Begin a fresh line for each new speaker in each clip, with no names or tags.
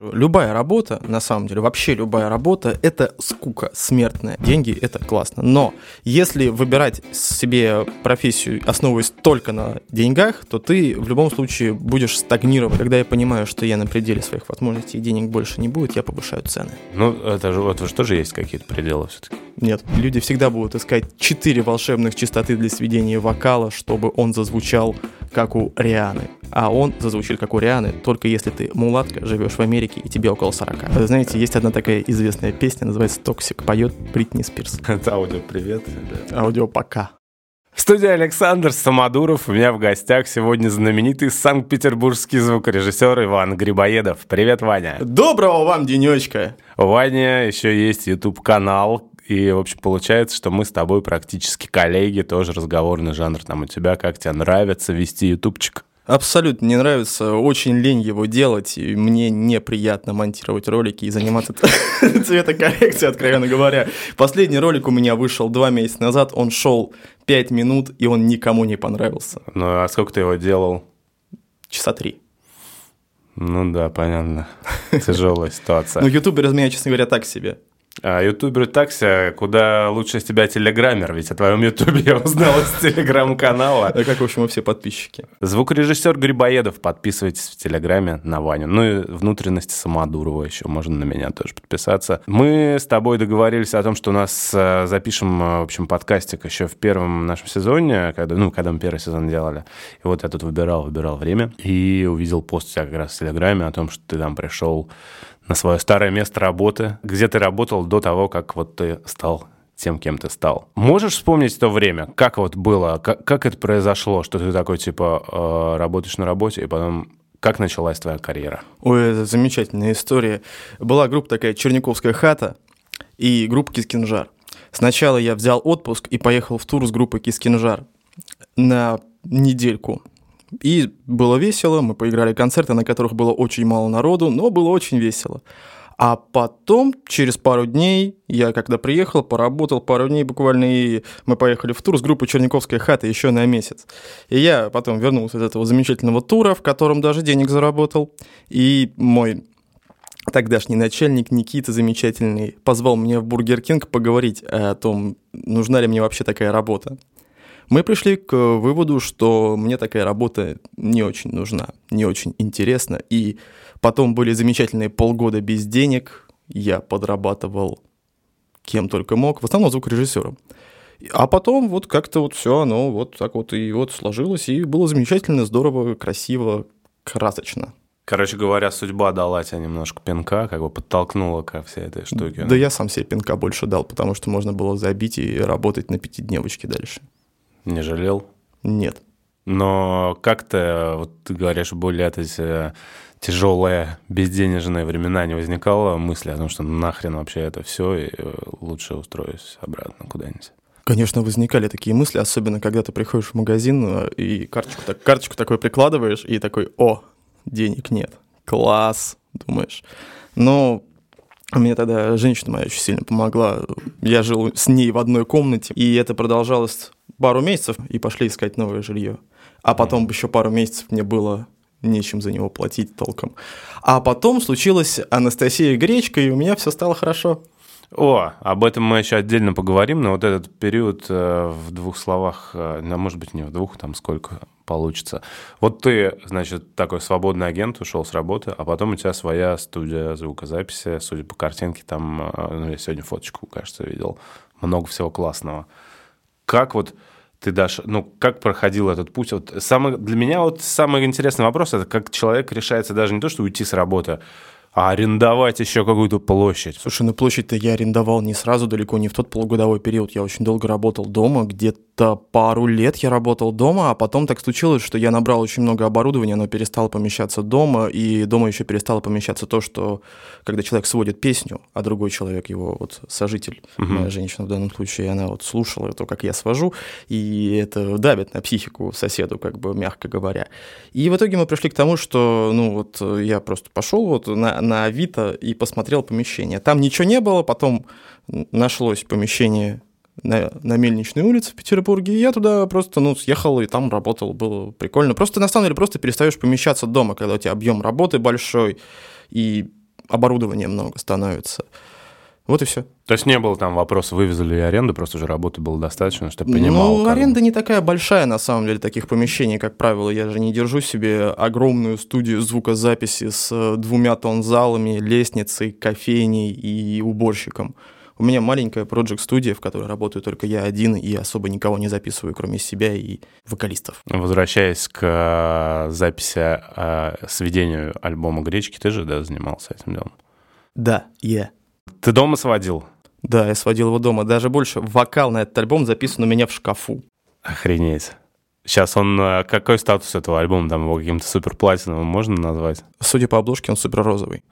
Любая работа, на самом деле, вообще любая работа – это скука смертная. Деньги – это классно. Но если выбирать себе профессию, основываясь только на деньгах, то ты в любом случае будешь стагнировать. Когда я понимаю, что я на пределе своих возможностей и денег больше не будет, я повышаю цены.
Ну, это же вот что же есть какие-то пределы все-таки?
Нет, люди всегда будут искать 4 волшебных частоты для сведения вокала, чтобы он зазвучал как у Рианы. А он зазвучит как у Рианы, только если ты мулатка, живешь в Америке и тебе около 40. Вы знаете, есть одна такая известная песня, называется «Токсик», поет Бритни Спирс.
Это аудио-привет.
Аудио «пока».
В студии Александр Самодуров. У меня в гостях сегодня знаменитый санкт-петербургский звукорежиссер Иван Грибоедов. Привет, Ваня.
Доброго вам денечка.
У Вани еще есть YouTube-канал. И, в общем, получается, что мы с тобой практически коллеги, тоже разговорный жанр там у тебя. Как тебе нравится вести ютубчик?
Абсолютно не нравится, очень лень его делать, и мне неприятно монтировать ролики и заниматься цветокоррекцией, откровенно говоря. Последний ролик у меня вышел 2 месяца назад, он шел 5 минут, и он никому не понравился.
Ну, а сколько ты его делал?
Часа 3.
Ну да, понятно. Тяжелая ситуация.
Ну, ютубер из меня, честно говоря, так себе.
А ютубер такси, куда лучше из тебя телеграммер, ведь о твоем ютубе я узнал из телеграм-канала.
А как, в общем, и все подписчики.
Звукорежиссер Грибоедов, подписывайтесь в телеграме на Ваню. Ну и внутренности Самодурова еще, можно на меня тоже подписаться. Мы с тобой договорились о том, что у нас запишем, в общем, подкастик еще в первом нашем сезоне, когда мы первый сезон делали. И вот я тут выбирал время и увидел пост у тебя как раз в телеграме о том, что ты там пришел на свое старое место работы, где ты работал до того, как вот ты стал тем, кем ты стал. Можешь вспомнить то время, как вот было, как это произошло, что ты такой, типа, работаешь на работе, и потом как началась твоя карьера?
Ой, это замечательная история. Была группа такая «Черняковская хата» и группа «Кискинжар». Сначала я взял отпуск и поехал в тур с группой «Кискинжар» на недельку. И было весело, мы поиграли концерты, на которых было очень мало народу, но было очень весело. А потом, через пару дней, я когда приехал, поработал пару дней буквально, и мы поехали в тур с группой «Черняковская хата» еще на месяц. И я потом вернулся из этого замечательного тура, в котором даже денег заработал, и мой тогдашний начальник Никита замечательный позвал меня в Бургер Кинг поговорить о том, нужна ли мне вообще такая работа. Мы пришли к выводу, что мне такая работа не очень нужна, не очень интересна. И потом были замечательные полгода без денег. Я подрабатывал кем только мог, в основном звукорежиссером. А потом вот как-то вот все оно вот так вот и вот сложилось. И было замечательно, здорово, красиво, красочно.
Короче говоря, судьба дала тебе немножко пинка, как бы подтолкнула ко всей этой штуке.
Да я сам себе пинка больше дал, потому что можно было забить и работать на 5-дневочке дальше.
Не жалел?
Нет.
Но как-то, вот ты говоришь, более эти тяжелые безденежные времена не возникало мысли о том, что нахрен вообще это все, и лучше устроюсь обратно куда-нибудь?
Конечно, возникали такие мысли, особенно когда ты приходишь в магазин и карточку такой прикладываешь, и такой: о, денег нет. Класс, думаешь. Но мне тогда женщина моя очень сильно помогла. Я жил с ней в одной комнате, и это продолжалось пару месяцев, и пошли искать новое жилье. А потом еще пару месяцев мне было нечем за него платить толком. А потом случилась Анастасия Гречка, и у меня все стало хорошо.
О, об этом мы еще отдельно поговорим, но вот этот период в 2 словах, может быть, не в 2, там сколько получится. Вот ты, значит, такой свободный агент, ушел с работы, а потом у тебя своя студия звукозаписи, судя по картинке, там, я сегодня фоточку, кажется, видел, много всего классного. Как вот ты, Даша, как проходил этот путь? Вот для меня вот самый интересный вопрос – это как человек решается даже не то, что уйти с работы, а арендовать еще какую-то площадь.
Слушай, площадь-то я арендовал не сразу, далеко не в тот полугодовой период. Я очень долго работал дома, где-то пару лет я работал дома, а потом так случилось, что я набрал очень много оборудования, оно перестало помещаться дома, и дома еще перестало помещаться то, что когда человек сводит песню, а другой человек, его вот сожитель, моя женщина в данном случае, она вот слушала то, как я свожу, и это давит на психику соседу, как бы, мягко говоря. И в итоге мы пришли к тому, что, я просто пошел вот на Авито и посмотрел помещение. Там ничего не было, потом нашлось помещение на Мельничной улице в Петербурге, и я туда просто, съехал и там работал, было прикольно. Просто, на самом деле, просто перестаешь помещаться дома, когда у тебя объем работы большой, и оборудования много становится. Вот и все.
То есть не было там вопроса, вывезли ли аренду, просто уже работы было достаточно, чтобы понимал.
Ну, аренда не такая большая, на самом деле, таких помещений, как правило. Я же не держу себе огромную студию звукозаписи с 2 тонзалами, лестницей, кофейней и уборщиком. У меня маленькая проект-студия, в которой работаю только я один, и особо никого не записываю, кроме себя и вокалистов.
Возвращаясь к записи, сведению альбома «Гречки», ты же, да, занимался этим делом?
Да, я.
Ты дома сводил?
Да, я сводил его дома. Даже больше, вокал на этот альбом записан у меня в шкафу.
Охренеть. Сейчас он... Какой статус этого альбома? Там его каким-то суперплатиновым можно назвать?
Судя по обложке, он супер розовый.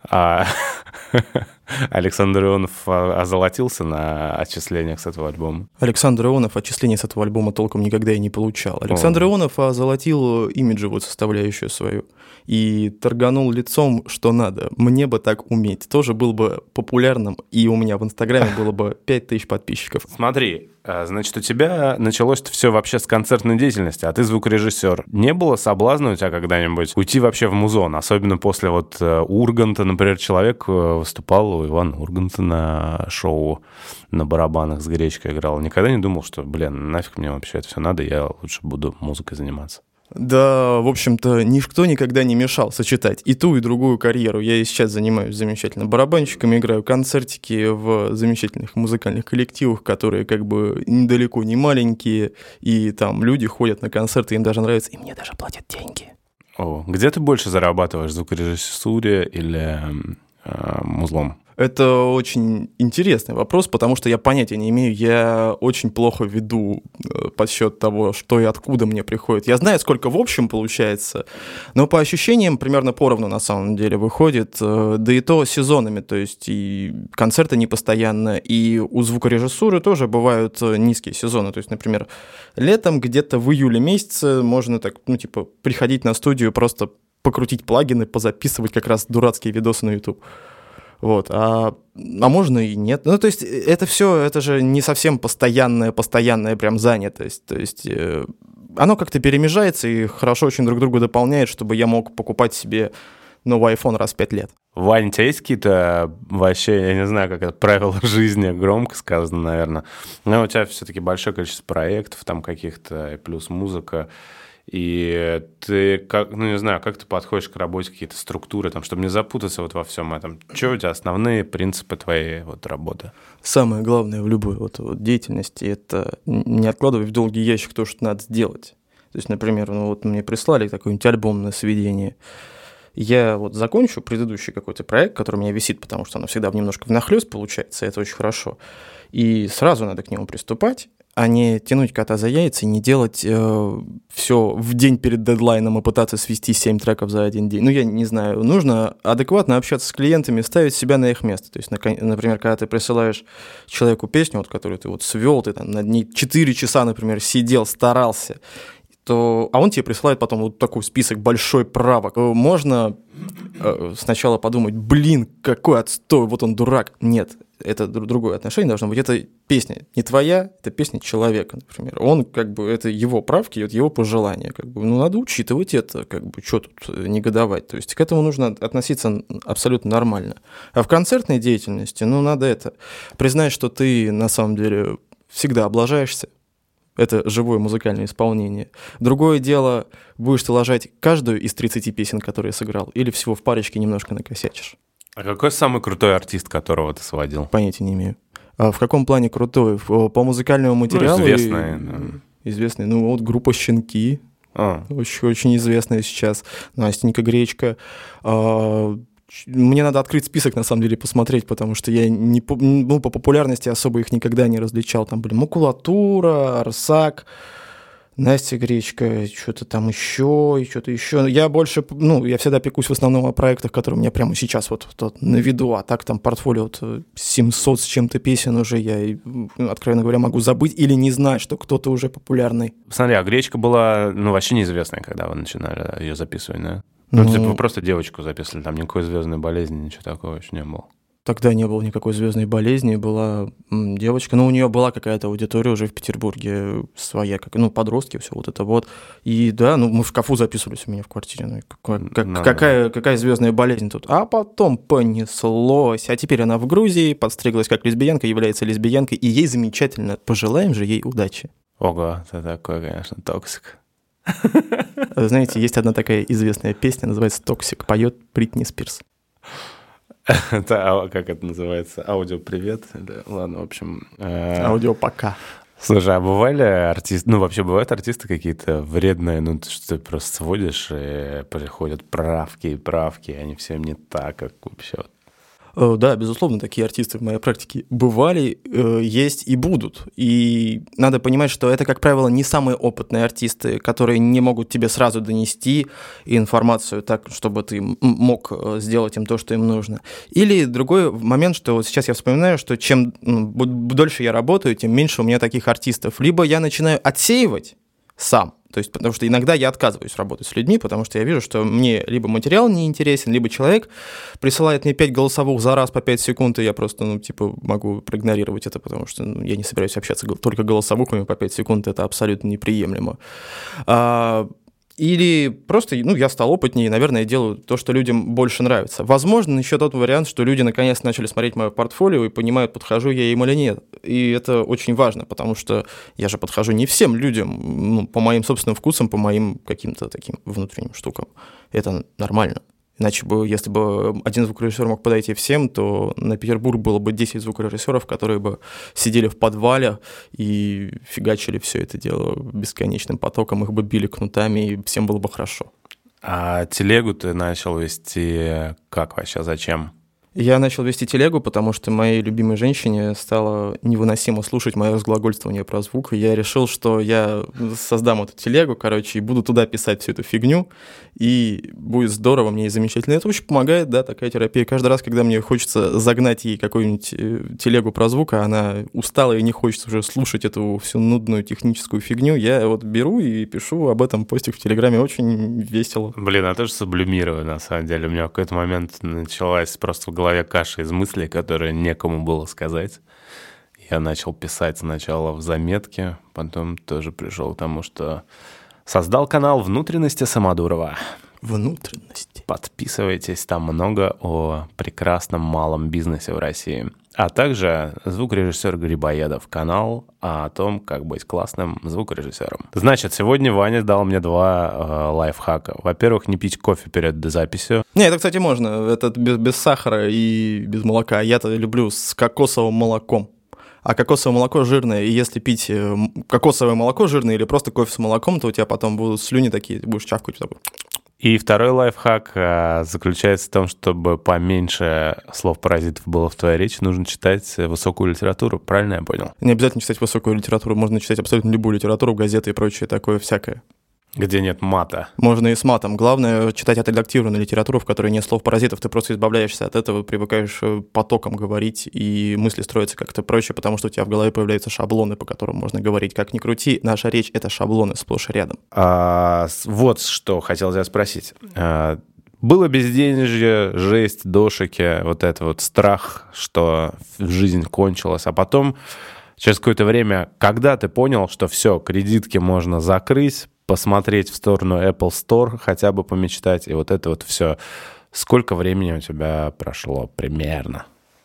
Александр Ионов озолотился на отчислениях с этого альбома?
Александр Ионов отчислений с этого альбома толком никогда и не получал. Александр Ионов озолотил имиджевую составляющую свою и торганул лицом, что надо. Мне бы так уметь. Тоже был бы популярным, и у меня в Инстаграме было бы 5000 подписчиков.
Смотри, значит, у тебя началось-то все вообще с концертной деятельности, а ты звукорежиссер. Не было соблазна у тебя когда-нибудь уйти вообще в музон? Особенно после вот Урганта, например, человек выступал у Ивана Урганта на шоу на барабанах с Гречкой играл. Никогда не думал, что, нафиг мне вообще это все надо, я лучше буду музыкой заниматься?
Да, в общем-то, никто никогда не мешал сочетать и ту, и другую карьеру. Я и сейчас занимаюсь замечательно барабанщиком, играю концертики в замечательных музыкальных коллективах, которые как бы недалеко не маленькие, и там люди ходят на концерты, им даже нравится, и мне даже платят деньги.
О, где ты больше зарабатываешь, в звукорежиссуре или музлом?
Это очень интересный вопрос, потому что я понятия не имею, я очень плохо веду подсчет того, что и откуда мне приходит. Я знаю, сколько в общем получается, но по ощущениям примерно поровну на самом деле выходит, да и то сезонами, то есть и концерты не постоянно, и у звукорежиссуры тоже бывают низкие сезоны, то есть, например, летом где-то в июле месяце можно так, приходить на студию, просто покрутить плагины, позаписывать как раз дурацкие видосы на YouTube. Вот, а можно и нет. Ну, то есть это все, это же не совсем постоянная прям занятость. То есть оно как-то перемежается и хорошо очень друг друга дополняет, чтобы я мог покупать себе новый iPhone раз в 5 лет.
Вань, у тебя есть какие-то вообще, я не знаю, как это, правила жизни, громко сказано, наверное, но у тебя все-таки большое количество проектов там каких-то, и плюс музыка. И ты, как ты подходишь к работе, какие-то структуры, там, чтобы не запутаться вот во всем этом? Что у тебя основные принципы твоей вот работы?
Самое главное в любой вот деятельности – это не откладывать в долгий ящик то, что надо сделать. То есть, например, мне прислали какой-нибудь альбом на сведение. Я вот закончу предыдущий какой-то проект, который у меня висит, потому что оно всегда немножко внахлёст получается, и это очень хорошо. И сразу надо к нему приступать, а не тянуть кота за яйца и не делать все в день перед дедлайном и пытаться свести 7 треков за один день. Я не знаю. Нужно адекватно общаться с клиентами, ставить себя на их место. То есть, например, когда ты присылаешь человеку песню, которую ты свел, ты там над ней 4 часа, например, сидел, старался, а он тебе присылает потом вот такой список большой правок. Можно сначала подумать, какой отстой, вот он дурак. Нет, это другое отношение должно быть. Это песня не твоя, это песня человека, например. Он это его правки, его пожелания. Надо учитывать это, что тут негодовать. То есть к этому нужно относиться абсолютно нормально. А в концертной деятельности, надо признать, что ты на самом деле всегда облажаешься. Это живое музыкальное исполнение. Другое дело, будешь ты лажать каждую из 30 песен, которые сыграл, или всего в парочке немножко накосячишь.
А какой самый крутой артист, которого ты сводил?
Понятия не имею. А в каком плане крутой? По музыкальному материалу?
Известный.
Группа «Щенки». Очень известная сейчас. Настенька Гречка. Мне надо открыть список, на самом деле, посмотреть, потому что я по популярности особо их никогда не различал. Там были Макулатура, Арсак, Настя Гречка, что-то там еще, и что-то еще. Я больше, я всегда пекусь в основном о проектах, которые у меня прямо сейчас вот на виду, а так там портфолио 700 с чем-то песен уже я, откровенно говоря, могу забыть или не знать, что кто-то уже популярный.
Смотри, а Гречка была, вообще неизвестная, когда вы начинали ее записывать, да? Вы просто девочку записывали, там никакой звездной болезни, ничего такого еще не было.
Тогда не было никакой звездной болезни, была девочка, но у нее была какая-то аудитория уже в Петербурге своя, подростки, все вот это вот. И да, мы в шкафу записывались у меня в квартире. Какая звездная болезнь тут? А потом понеслось. А теперь она в Грузии, подстриглась как лесбиянка, является лесбиянкой, и ей замечательно. Пожелаем же ей удачи.
Ого, ты такой, конечно, токсик.
Знаете, есть одна такая известная песня, называется «Токсик», поет Бритни Спирс.
Как это называется? Аудио-привет? Ладно, в общем...
Аудио-пока.
Слушай, а бывали артисты... вообще бывают артисты какие-то вредные, ты просто сводишь, и приходят правки, и они всем не так, как вообще...
Да, безусловно, такие артисты в моей практике бывали, есть и будут. И надо понимать, что это, как правило, не самые опытные артисты, которые не могут тебе сразу донести информацию так, чтобы ты мог сделать им то, что им нужно. Или другой момент, что вот сейчас я вспоминаю, что чем дольше я работаю, тем меньше у меня таких артистов. Либо я начинаю отсеивать сам. То есть, потому что иногда я отказываюсь работать с людьми, потому что я вижу, что мне либо материал не интересен, либо человек присылает мне 5 голосовых за раз по 5 секунд, и я просто, могу проигнорировать это, потому что я не собираюсь общаться только голосовухами по 5 секунд, это абсолютно неприемлемо. Или просто, я стал опытнее, и, наверное, делаю то, что людям больше нравится. Возможно, еще тот вариант, что люди наконец начали смотреть мое портфолио и понимают, подхожу я им или нет. И это очень важно, потому что я же подхожу не всем людям, по моим собственным вкусам, по моим каким-то таким внутренним штукам. Это нормально. Иначе если бы один звукорежиссер мог подойти всем, то на Петербург было бы 10 звукорежиссеров, которые бы сидели в подвале и фигачили все это дело бесконечным потоком, их бы били кнутами, и всем было бы хорошо.
А телегу ты начал вести как вообще, зачем?
Я начал вести телегу, потому что моей любимой женщине стало невыносимо слушать мое разглагольствование про звук, и я решил, что я создам эту телегу, и буду туда писать всю эту фигню, и будет здорово, мне и замечательно. Это очень помогает, да, такая терапия. Каждый раз, когда мне хочется загнать ей какую-нибудь телегу про звук, а она устала и не хочет уже слушать эту всю нудную техническую фигню, я беру и пишу об этом постик в Телеграме, очень весело.
Блин, я тоже сублимирую, на самом деле. У меня в какой-то момент началась просто в голове каша из мыслей, которые некому было сказать. Я начал писать сначала в заметке, потом тоже пришел к тому, что создал канал «Внутренности Самодурова».
Внутренности.
Подписывайтесь, там много о прекрасном малом бизнесе в России. А также звукорежиссер Грибоедов, канал о том, как быть классным звукорежиссером. Значит, сегодня Ваня дал мне 2 лайфхака. Во-первых, не пить кофе перед записью.
Не, это, кстати, можно. Это без сахара и без молока. Я-то люблю с кокосовым молоком. А кокосовое молоко жирное, и если пить кокосовое молоко жирное или просто кофе с молоком, то у тебя потом будут слюни такие, ты будешь чавкать.
И второй лайфхак заключается в том, чтобы поменьше слов-паразитов было в твоей речи, нужно читать высокую литературу. Правильно я понял?
Не обязательно читать высокую литературу, можно читать абсолютно любую литературу, газеты и прочее такое всякое.
Где нет мата.
Можно и с матом. Главное читать отредактированную литературу, в которой нет слов-паразитов. Ты просто избавляешься от этого, привыкаешь потоком говорить, и мысли строятся как-то проще, потому что у тебя в голове появляются шаблоны, по которым можно говорить. Как ни крути, наша речь — это шаблоны сплошь и рядом.
Вот что хотел тебя спросить. Было безденежье, жесть, дошики, вот это вот страх, что жизнь кончилась, а потом, через какое-то время, когда ты понял, что все, кредитки можно закрыть, посмотреть в сторону Apple Store, хотя бы помечтать, и вот это вот все. Сколько времени у тебя прошло примерно?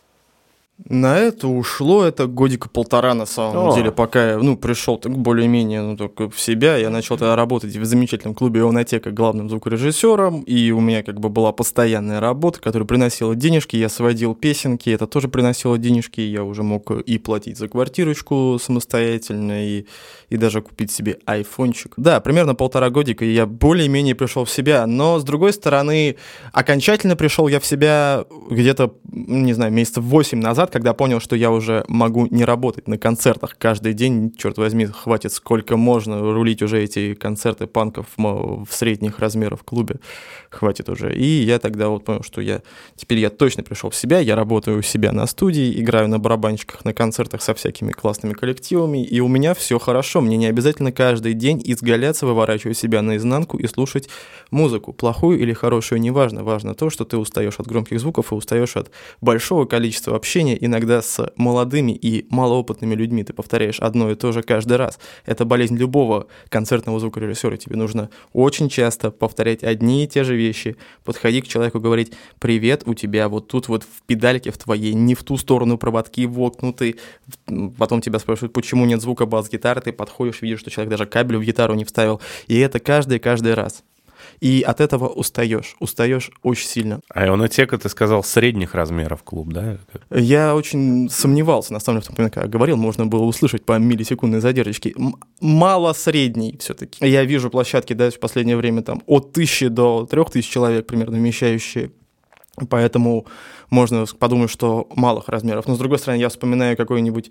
На это ушло годика 1,5 на самом деле, пока я пришел так более-менее только в себя. Я начал тогда работать в замечательном клубе «Ионотека» главным звукорежиссером, и у меня была постоянная работа, которая приносила денежки. Я сводил песенки, это тоже приносило денежки. Я уже мог и платить за квартирочку самостоятельно, и даже купить себе айфончик. Да, примерно 1,5 годика, и я более-менее пришел в себя. Но, с другой стороны, окончательно пришел я в себя где-то, не знаю, месяцев 8 назад, назад, когда понял, что я уже могу не работать на концертах каждый день, черт возьми, хватит сколько можно рулить уже эти концерты панков в средних размерах в клубе, хватит уже. И я тогда вот понял, что теперь я точно пришел в себя, я работаю у себя на студии, играю на барабанщиках на концертах со всякими классными коллективами, и у меня все хорошо, мне не обязательно каждый день изгаляться, выворачивать себя наизнанку и слушать музыку, плохую или хорошую, неважно, важно то, что ты устаешь от громких звуков и устаешь от большого количества общения, иногда с молодыми и малоопытными людьми. Ты повторяешь одно и то же каждый раз. Это болезнь любого концертного звукорежиссера. Тебе нужно очень часто повторять одни и те же вещи, подходить к человеку, говорить: «Привет, у тебя вот тут вот в педальке в твоей не в ту сторону проводки воткнуты». Потом тебя спрашивают, почему нет звука бас-гитары, ты подходишь, видишь, что человек даже кабель в гитару не вставил. И это каждый раз. И от этого устаешь очень сильно.
А Ионотека, ты сказал, средних размеров клуб, да?
Я очень сомневался, на самом деле, в том момент, когда говорил, можно было услышать по миллисекундной задержке. Мало средний все-таки. Я вижу площадки, да, в последнее время там от 1000 до 3000 человек примерно вмещающие. Поэтому можно подумать, что малых размеров. Но, с другой стороны, я вспоминаю какой-нибудь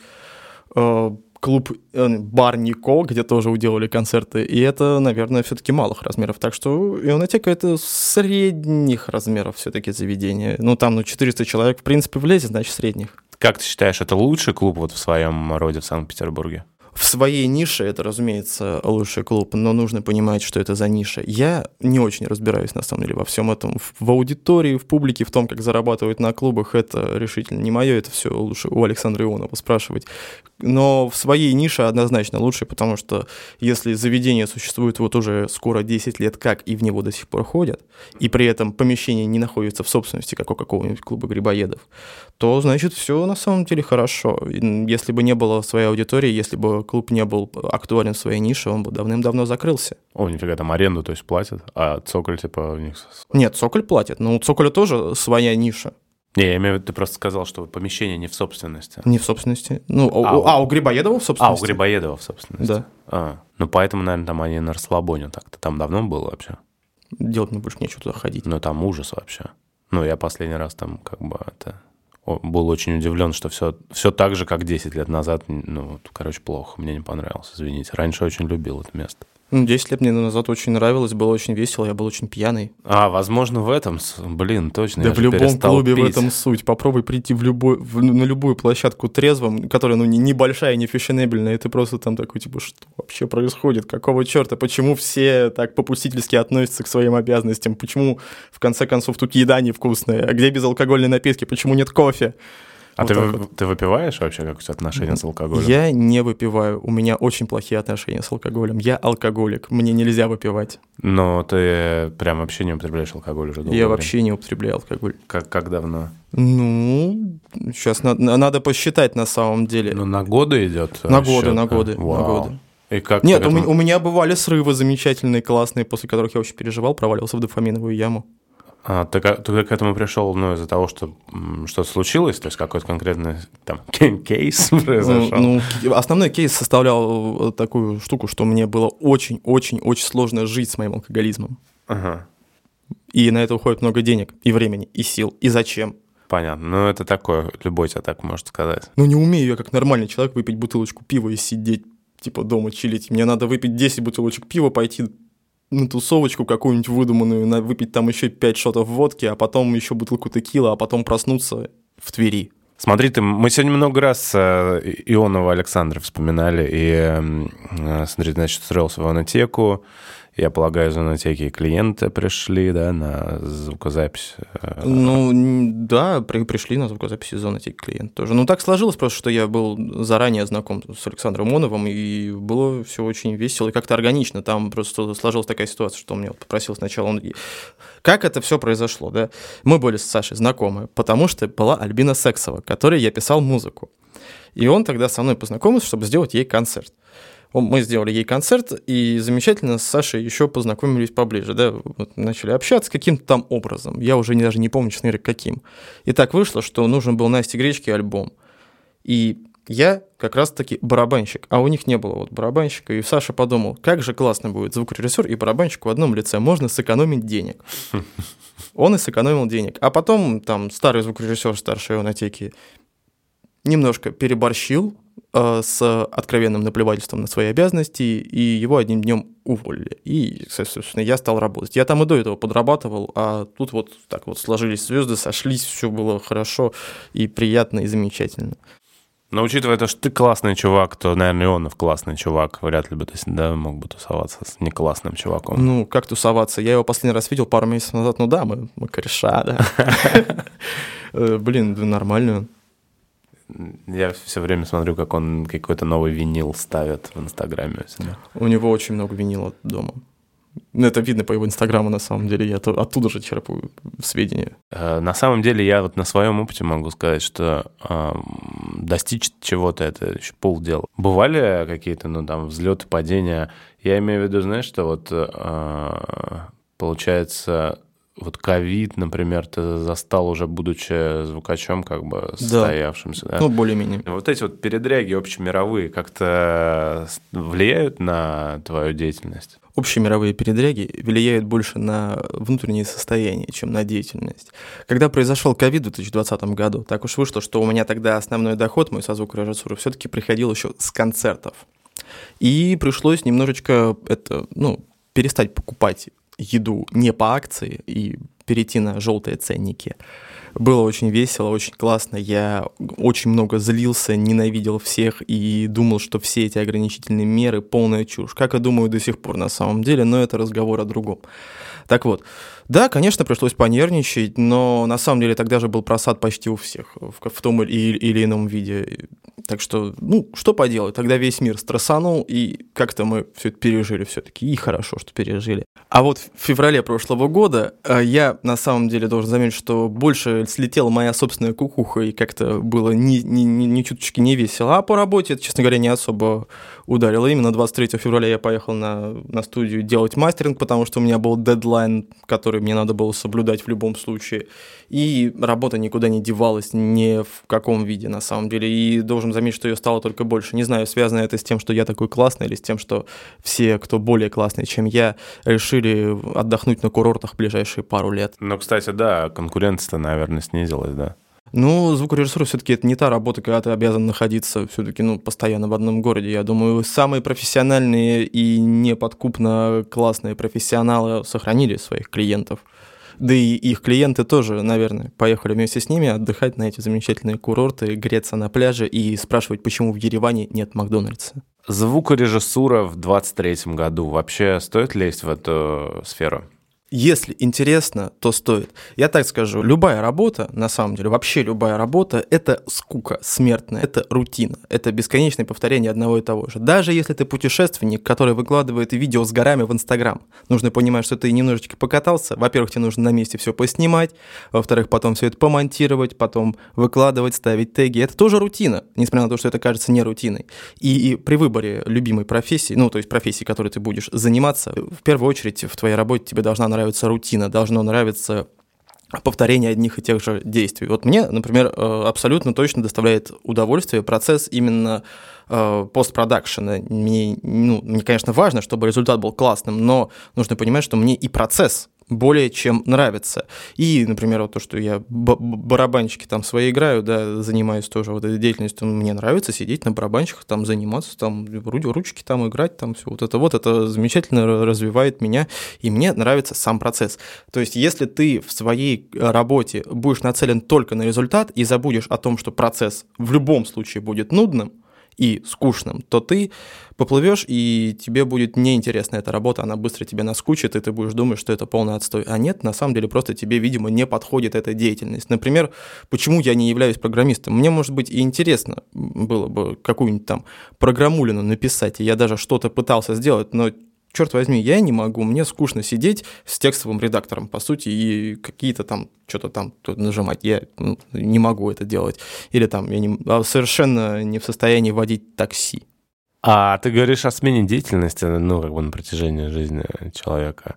клуб бар Нико, где тоже уделали концерты, и это, наверное, все-таки малых размеров. Так что Ионотека — это средних размеров все-таки заведение. Ну, там 400 человек, в принципе, влезет, значит, средних.
Как ты считаешь, это лучший клуб вот в своем роде в Санкт-Петербурге?
В своей нише это, разумеется, лучший клуб, но нужно понимать, что это за ниша. Я не очень разбираюсь, на самом деле, во всем этом. В аудитории, в публике, в том, как зарабатывают на клубах, это решительно не мое, это все лучше у Александра Ионова спрашивать. Но в своей нише однозначно лучше, потому что если заведение существует вот уже скоро 10 лет как, и в него до сих пор ходят, и при этом помещение не находится в собственности, как у какого-нибудь клуба грибоедов, то, значит, все на самом деле хорошо. Если бы не было своей аудитории, если бы клуб не был актуален в своей нише, он бы давным-давно закрылся.
О, нифига, там аренду, то есть, платят, а Цоколь, типа, у них...
Нет, Цоколь платит, но у Цоколя тоже своя ниша.
Не, я имею в виду, ты просто сказал, что помещение не в собственности.
Не в собственности. У Грибоедова в собственности.
У Грибоедова в собственности.
Да.
Ну, поэтому, наверное, там они на расслабоне так-то. Там давно было вообще?
Делать мне больше нечего туда ходить.
Ну, там ужас вообще. Ну, я последний раз там как бы был очень удивлен, что все так же, как 10 лет назад. Ну, короче, плохо. Мне не понравилось, извините. Раньше очень любил это место.
10 лет мне назад очень нравилось, было очень весело, я был очень пьяный.
Возможно, в этом, точно.
Да, в любом клубе в этом суть. Попробуй прийти на любую площадку трезвым, которая, не небольшая, не фешенебельная, и ты просто там такой, типа, что вообще происходит? Какого черта? Почему все так попустительски относятся к своим обязанностям? Почему, в конце концов, тут еда невкусная? А где безалкогольные напитки? Почему нет кофе?
А ты выпиваешь вообще? Как у тебя отношения с алкоголем?
Я не выпиваю. У меня очень плохие отношения с алкоголем. Я алкоголик. Мне нельзя выпивать.
Но ты прям вообще не употребляешь алкоголь уже долго?
Я вообще не употребляю алкоголь.
Как давно?
Сейчас надо посчитать на самом деле.
На годы идет?
На годы.
И как
Нет, у меня бывали срывы замечательные, классные, после которых я очень переживал, проваливался в дофаминовую яму.
Ты к этому пришел, из-за того, что что-то случилось? То есть какой-то конкретный там кейс произошел?
Основной кейс составлял такую штуку, что мне было очень-очень-очень сложно жить с моим алкоголизмом.
Ага.
И на это уходит много денег, и времени, и сил, и зачем.
Понятно. Это такое, любой тебе так может сказать.
Не умею я, как нормальный человек, выпить бутылочку пива и сидеть, типа, дома чилить. Мне надо выпить 10 бутылочек пива, пойти на тусовочку какую-нибудь выдуманную, выпить там еще 5 шотов водки, а потом еще бутылку текила, а потом проснуться в Твери.
Смотри, мы сегодня много раз Ионова Александра вспоминали, и, смотри, значит, устроился в Ионотеку. Я полагаю, из Ионотеки клиенты пришли, да, на звукозапись?
Да, пришли на звукозапись из Ионотеки клиенты тоже. Так сложилось просто, что я был заранее знаком с Александром Ионовым, и было все очень весело и как-то органично. Там просто сложилась такая ситуация, что он меня попросил сначала... Как это все произошло, да? Мы были с Сашей знакомы, потому что была Альбина Сексова, которой я писал музыку. И он тогда со мной познакомился, чтобы сделать ей концерт. Мы сделали ей концерт, и замечательно с Сашей еще познакомились поближе, да, начали общаться каким-то там образом. Я уже даже не помню, честно говоря, каким. И так вышло, что нужен был Насте Гречке альбом. И я как раз-таки барабанщик, а у них не было барабанщика. И Саша подумал, как же классно будет звукорежиссер и барабанщик в одном лице, можно сэкономить денег. Он и сэкономил денег. А потом там старый звукорежиссер старшей Ионотеки немножко переборщил с откровенным наплевательством на свои обязанности, и его одним днем уволили. И, соответственно, я стал работать. Я там и до этого подрабатывал, а тут вот так вот сложились звезды, сошлись, все было хорошо и приятно, и замечательно.
Но учитывая то, что ты классный чувак, то, наверное, Ионов классный чувак. Вряд ли бы ты мог бы тусоваться с неклассным чуваком.
Ну, как тусоваться? Я его последний раз видел пару месяцев назад. Ну да, мы кореша, да. Блин, нормально.
Я все время смотрю, как он какой-то новый винил ставит в Инстаграме у себя.
У него очень много винила дома. Ну, это видно по его Инстаграму, на самом деле. Я оттуда же черпаю сведения.
На самом деле, я вот на своем опыте могу сказать, что достичь чего-то — это еще полдела. Бывали какие-то, взлеты, падения? Я имею в виду, знаешь, что вот получается... Вот ковид, например, ты застал уже, будучи звукачом, как бы состоявшимся. Да?
Ну, более-менее.
Вот эти вот передряги общемировые как-то влияют на твою деятельность?
Общемировые передряги влияют больше на внутреннее состояние, чем на деятельность. Когда произошел ковид в 2020 году, так уж вышло, что у меня тогда основной доход мой со звукорежиссуры все-таки приходил еще с концертов. И пришлось немножечко перестать покупать еду не по акции и перейти на желтые ценники. Было очень весело, очень классно. Я очень много злился, ненавидел всех и думал, что все эти ограничительные меры — полная чушь. Как я думаю до сих пор на самом деле, но это разговор о другом. Так вот, да, конечно, пришлось понервничать, но на самом деле тогда же был просад почти у всех в том или ином виде. Так что, что поделать, тогда весь мир стрессанул, и как-то мы все это пережили все-таки, и хорошо, что пережили. А вот в феврале прошлого года я на самом деле должен заметить, что больше слетела моя собственная кукуха, и как-то было ни чуточки не весело. А по работе это, честно говоря, не особо ударило. Именно 23 февраля я поехал на студию делать мастеринг, потому что у меня был дедлайн, который мне надо было соблюдать в любом случае. И работа никуда не девалась, ни в каком виде на самом деле. И должен заметить, что ее стало только больше. Не знаю, связано это с тем, что я такой классный, или с тем, что все, кто более классный, чем я, решили отдохнуть на курортах в ближайшие пару лет.
Ну, кстати, да, конкуренция-то, наверное, снизилась, да.
Ну, звукорежиссура все-таки это не та работа, когда ты обязан находиться все-таки, постоянно в одном городе. Я думаю, самые профессиональные и неподкупно классные профессионалы сохранили своих клиентов. Да и их клиенты тоже, наверное, поехали вместе с ними отдыхать на эти замечательные курорты, греться на пляже и спрашивать, почему в Ереване нет Макдональдса.
Звукорежиссура в 23-м году. Вообще стоит лезть в эту сферу?
Если интересно, то стоит. Я так скажу, любая работа, на самом деле, вообще любая работа — это скука смертная, это рутина, это бесконечное повторение одного и того же. Даже если ты путешественник, который выкладывает видео с горами в Инстаграм, нужно понимать, что ты немножечко покатался. Во-первых, тебе нужно на месте все поснимать, во-вторых, потом все это помонтировать, потом выкладывать, ставить теги. Это тоже рутина, несмотря на то, что это кажется не рутиной. И при выборе любимой профессии, то есть профессии, которой ты будешь заниматься, в первую очередь в твоей работе тебе должна нравиться рутина, должно нравиться повторение одних и тех же действий. Вот мне, например, абсолютно точно доставляет удовольствие процесс именно постпродакшена. Мне, конечно, важно, чтобы результат был классным, но нужно понимать, что мне и процесс более чем нравится. И, например, вот то, что я барабанщики там свои играю, да, занимаюсь тоже вот этой деятельностью, мне нравится сидеть на барабанщиках, там заниматься, там ручки там играть, там все вот это замечательно развивает меня, и мне нравится сам процесс. То есть, если ты в своей работе будешь нацелен только на результат и забудешь о том, что процесс в любом случае будет нудным и скучным, то ты поплывешь, и тебе будет неинтересна эта работа, она быстро тебе наскучит, и ты будешь думать, что это полный отстой. А нет, на самом деле просто тебе, видимо, не подходит эта деятельность. Например, почему я не являюсь программистом? Мне, может быть, и интересно было бы какую-нибудь там программулину написать, и я даже что-то пытался сделать, но черт возьми, я не могу, мне скучно сидеть с текстовым редактором, по сути, и какие-то там, что-то там нажимать, я не могу это делать. Или там я совершенно не в состоянии водить такси.
А ты говоришь о смене деятельности, на протяжении жизни человека.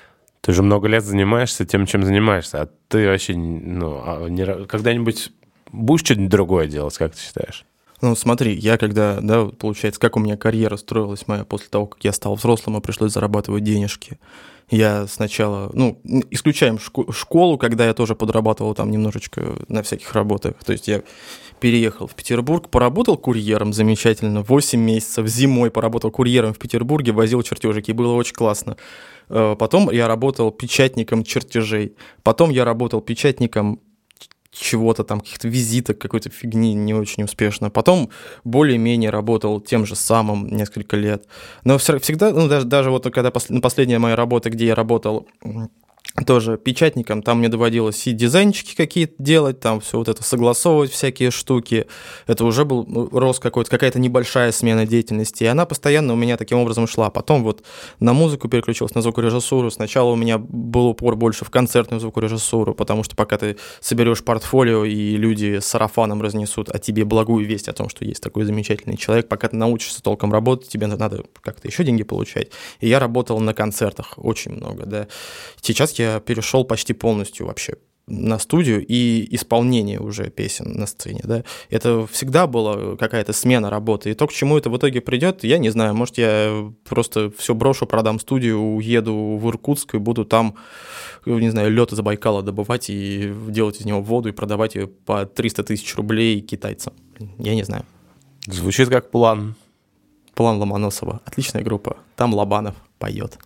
Ты же много лет занимаешься тем, чем занимаешься, а ты вообще, когда-нибудь будешь что-нибудь другое делать, как ты считаешь?
Ну, смотри, я когда, да, вот получается, как у меня карьера строилась моя после того, как я стал взрослым и пришлось зарабатывать денежки. Я сначала, ну, исключаем школу, когда я тоже подрабатывал там немножечко на всяких работах. То есть я переехал в Петербург, поработал курьером замечательно, 8 месяцев, зимой поработал курьером в Петербурге, возил чертежики, и было очень классно. Потом я работал печатником чертежей, потом я работал печатником чего-то там, каких-то визиток, какой-то фигни не очень успешно. Потом более-менее работал тем же самым несколько лет. Но всегда, ну, даже вот когда последняя моя работа, где я работал тоже печатником, там мне доводилось и дизайнчики какие-то делать, там все вот это согласовывать, всякие штуки. Это уже был рост какой-то, какая-то небольшая смена деятельности, и она постоянно у меня таким образом шла. Потом вот на музыку переключился, на звукорежиссуру. Сначала у меня был упор больше в концертную звукорежиссуру, потому что пока ты соберешь портфолио, и люди с сарафаном разнесут о тебе благую весть о том, что есть такой замечательный человек, пока ты научишься толком работать, тебе надо как-то еще деньги получать. И я работал на концертах очень много, да. Сейчас я перешел почти полностью вообще на студию и исполнение уже песен на сцене, да. Это всегда была какая-то смена работы, и то, к чему это в итоге придет, я не знаю, может, я просто все брошу, продам студию, уеду в Иркутск и буду там, не знаю, лед из Байкала добывать и делать из него воду и продавать ее по 300 тысяч рублей китайцам, я не знаю.
Звучит как план.
План Ломоносова, отличная группа, там Лобанов поет.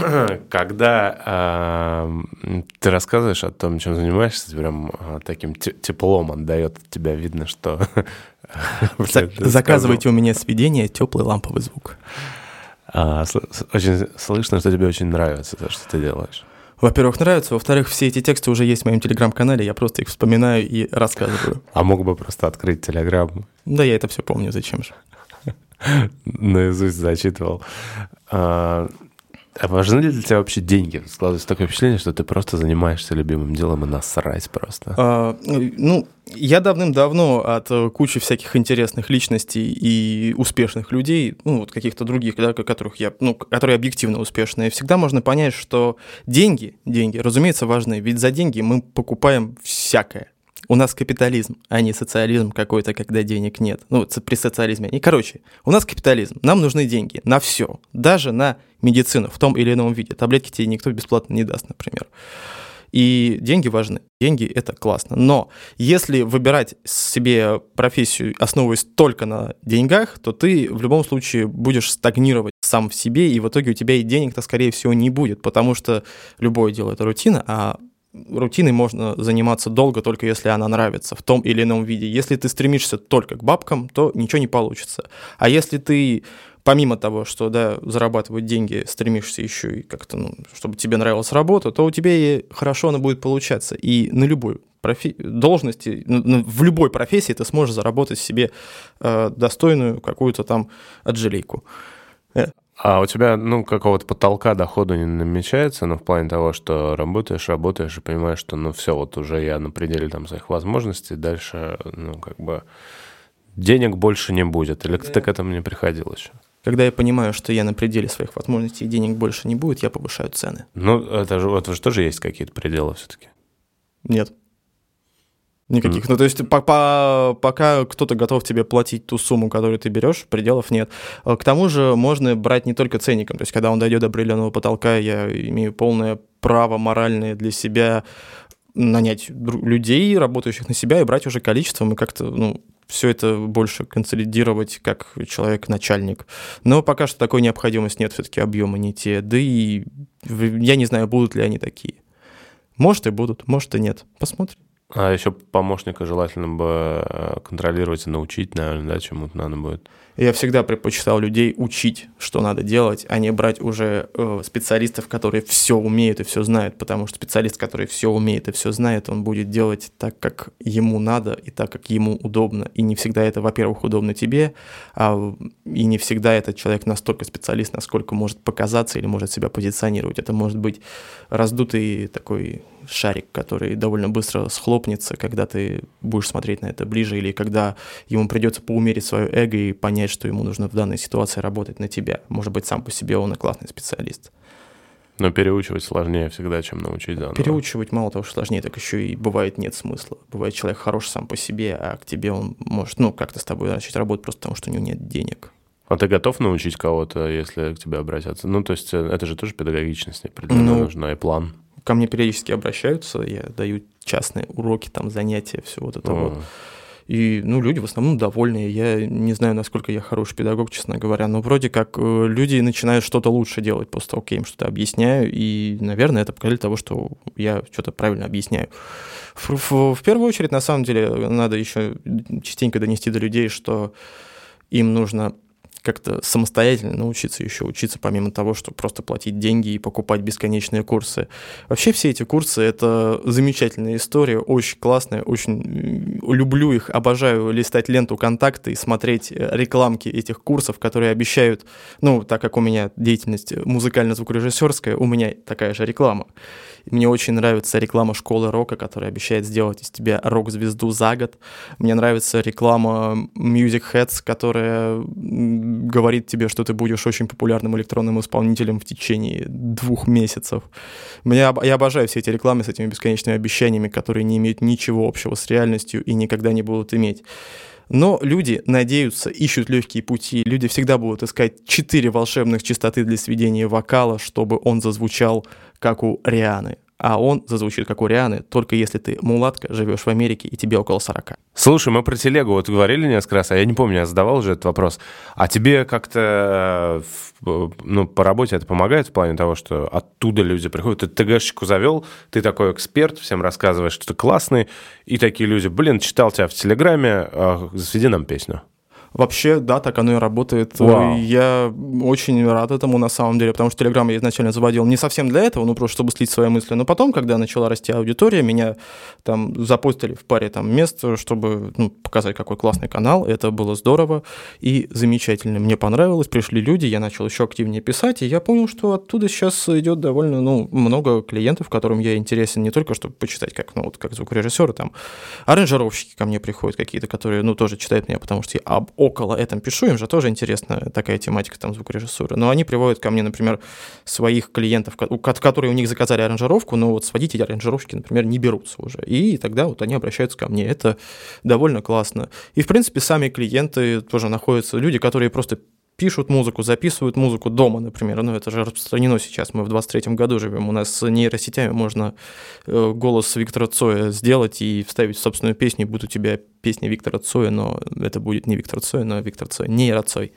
Когда ты рассказываешь о том, чем занимаешься, прям таким теплом отдает от тебя, видно, что...
Заказывайте у меня сведение «Теплый ламповый звук».
Очень слышно, что тебе очень нравится то, что ты делаешь.
Во-первых, нравится, во-вторых, все эти тексты уже есть в моем телеграм-канале, я просто их вспоминаю и рассказываю.
А мог бы просто открыть телеграм?
Да, я это все помню, зачем же.
Наизусть зачитывал. А важны ли для тебя вообще деньги? Складывается такое впечатление, что ты просто занимаешься любимым делом и насрать просто.
Ну, я давным-давно от кучи всяких интересных личностей и успешных людей, ну, вот каких-то других, да, которые объективно успешные, всегда можно понять, что деньги, разумеется, важны, ведь за деньги мы покупаем всякое. У нас капитализм, а не социализм какой-то, когда денег нет. Ну, при социализме. И, короче, у нас капитализм. Нам нужны деньги на все. Даже на медицину в том или ином виде. Таблетки тебе никто бесплатно не даст, например. И деньги важны. Деньги — это классно. Но если выбирать себе профессию, основываясь только на деньгах, то ты в любом случае будешь стагнировать сам в себе, и в итоге у тебя и денег-то, скорее всего, не будет, потому что любое дело — это рутина, а рутиной можно заниматься долго, только если она нравится в том или ином виде. Если ты стремишься только к бабкам, то ничего не получится. А если ты, помимо того, что, да, зарабатывать деньги, стремишься еще и как-то, ну, чтобы тебе нравилась работа, то у тебя и хорошо она будет получаться. И на любой должности, в любой профессии ты сможешь заработать себе достойную какую-то там отжилейку.
А у тебя, ну, какого-то потолка дохода не намечается, в плане того, что работаешь и понимаешь, что, ну, все, вот уже я на пределе там своих возможностей, дальше, ну, как бы денег больше не будет, или ты к этому не приходил еще?
Когда я понимаю, что я на пределе своих возможностей и денег больше не будет, я повышаю цены.
Ну, это же, вот же тоже есть какие-то пределы все-таки?
Нет. Никаких. Ну, то есть пока кто-то готов тебе платить ту сумму, которую ты берешь, пределов нет. К тому же можно брать не только ценником. То есть когда он дойдет до определенного потолка, я имею полное право моральное для себя нанять людей, работающих на себя, и брать уже количеством, и как-то, ну, все это больше консолидировать как человек-начальник. Но пока что такой необходимости нет, все-таки объемы не те. Да и я не знаю, будут ли они такие. Может и будут, может и нет. Посмотрим.
А еще помощника желательно бы контролировать и научить, наверное, да, чему-то надо будет.
Я всегда предпочитал людей учить, что надо делать, а не брать уже специалистов, которые все умеют и все знают, потому что специалист, который все умеет и все знает, он будет делать так, как ему надо и так, как ему удобно. И не всегда это, во-первых, удобно тебе, и не всегда этот человек настолько специалист, насколько может показаться или может себя позиционировать. Это может быть раздутый такой шарик, который довольно быстро схлопнется, когда ты будешь смотреть на это ближе, или когда ему придется поумерить свое эго и понять, что ему нужно в данной ситуации работать на тебя. Может быть, сам по себе он и классный специалист.
Но переучивать сложнее всегда, чем научить заново.
Переучивать мало того, что сложнее, так еще и бывает нет смысла. Бывает, человек хорош сам по себе, а к тебе он может, как-то с тобой начать работать просто потому, что у него нет денег.
А ты готов научить кого-то, если к тебе обратятся? То есть это же тоже педагогичность определенно нужна, и план.
Ко мне периодически обращаются, я даю частные уроки, занятия, все вот это вот. И, люди в основном довольны. Я не знаю, насколько я хороший педагог, честно говоря, но вроде как люди начинают что-то лучше делать после того, как я им что-то объясняю, и, наверное, это показатель того, что я что-то правильно объясняю. В первую очередь, на самом деле, надо еще частенько донести до людей, что им нужно как-то самостоятельно научиться еще учиться, помимо того, что просто платить деньги и покупать бесконечные курсы. Вообще все эти курсы — это замечательная история, очень классная, очень люблю их, обожаю листать ленту «Контакты» и смотреть рекламки этих курсов, которые обещают, так как у меня деятельность музыкально-звукорежиссерская, у меня такая же реклама. Мне очень нравится реклама школы рока, которая обещает сделать из тебя рок-звезду за год. Мне нравится реклама Music Heads, которая говорит тебе, что ты будешь очень популярным электронным исполнителем в течение 2 месяцев. Я обожаю все эти рекламы с этими бесконечными обещаниями, которые не имеют ничего общего с реальностью и никогда не будут иметь. Но люди надеются, ищут легкие пути. Люди всегда будут искать 4 волшебных частоты для сведения вокала, чтобы он зазвучал как у Рианы. А он зазвучит как у Рианы, только если ты мулатка, живешь в Америке и тебе около 40.
Слушай, мы про телегу говорили несколько раз, а я не помню, я задавал уже этот вопрос. А тебе как-то по работе это помогает в плане того, что оттуда люди приходят? Ты ТГшечку завел, ты такой эксперт, всем рассказываешь, что ты классный, и такие люди, читал тебя в Телеграме, сведи нам песню.
Вообще, да, так оно и работает.
Вау.
Я очень рад этому, на самом деле, потому что Telegram я изначально заводил не совсем для этого, просто чтобы слить свои мысли. Но потом, когда начала расти аудитория, меня запостили в паре мест, чтобы показать, какой классный канал. Это было здорово и замечательно. Мне понравилось, пришли люди, я начал еще активнее писать, и я понял, что оттуда сейчас идет довольно много клиентов, которым я интересен не только, чтобы почитать, как звукорежиссеры, аранжировщики ко мне приходят какие-то, которые, тоже читают меня, потому что я около этом пишу, им же тоже интересна такая тематика звукорежиссуры. Но они приводят ко мне, например, своих клиентов, которые у них заказали аранжировку, но сводить эти аранжировщики, например, не берутся уже. И тогда они обращаются ко мне. Это довольно классно. И, в принципе, сами клиенты тоже находятся, люди, которые просто пишут музыку, записывают музыку дома, например. Это же распространено сейчас. Мы в 23-м году живем. У нас с нейросетями можно голос Виктора Цоя сделать и вставить в собственную песню, и будет у тебя песня Виктора Цоя, но это будет не Виктор Цой, но Виктор Цой. Нейроцой.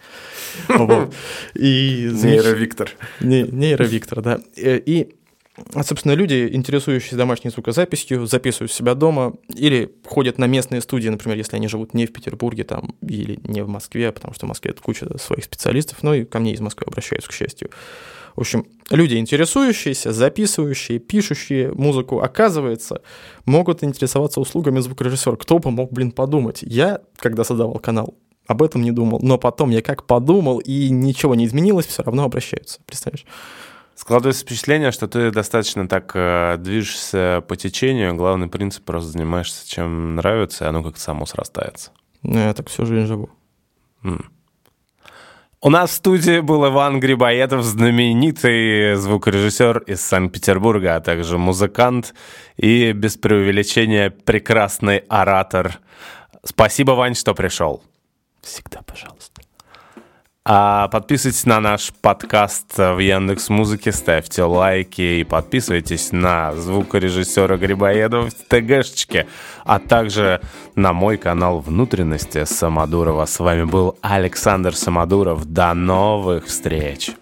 Нейровиктор.
Нейровиктор, да. И, собственно, люди, интересующиеся домашней звукозаписью, записывают себя дома или ходят на местные студии, например, если они живут не в Петербурге или не в Москве, потому что в Москве это куча своих специалистов, и ко мне из Москвы обращаются, к счастью. В общем, люди, интересующиеся, записывающие, пишущие музыку, оказывается, могут интересоваться услугами звукорежиссера. Кто бы мог, подумать? Я, когда создавал канал, об этом не думал, но потом я как подумал, и ничего не изменилось, все равно обращаются, представляешь?
Складывается впечатление, что ты достаточно так движешься по течению. Главный принцип — просто занимаешься чем нравится, и оно как-то само срастается.
Я так всю жизнь живу.
У нас в студии был Иван Грибоедов, знаменитый звукорежиссер из Санкт-Петербурга, а также музыкант и, без преувеличения, прекрасный оратор. Спасибо, Вань, что пришел.
Всегда, пожалуйста.
Подписывайтесь на наш подкаст в Яндекс.Музыке, ставьте лайки и подписывайтесь на звукорежиссера Грибоедова в ТГшечке, а также на мой канал «Внутренности Самодурова». С вами был Александр Самодуров. До новых встреч!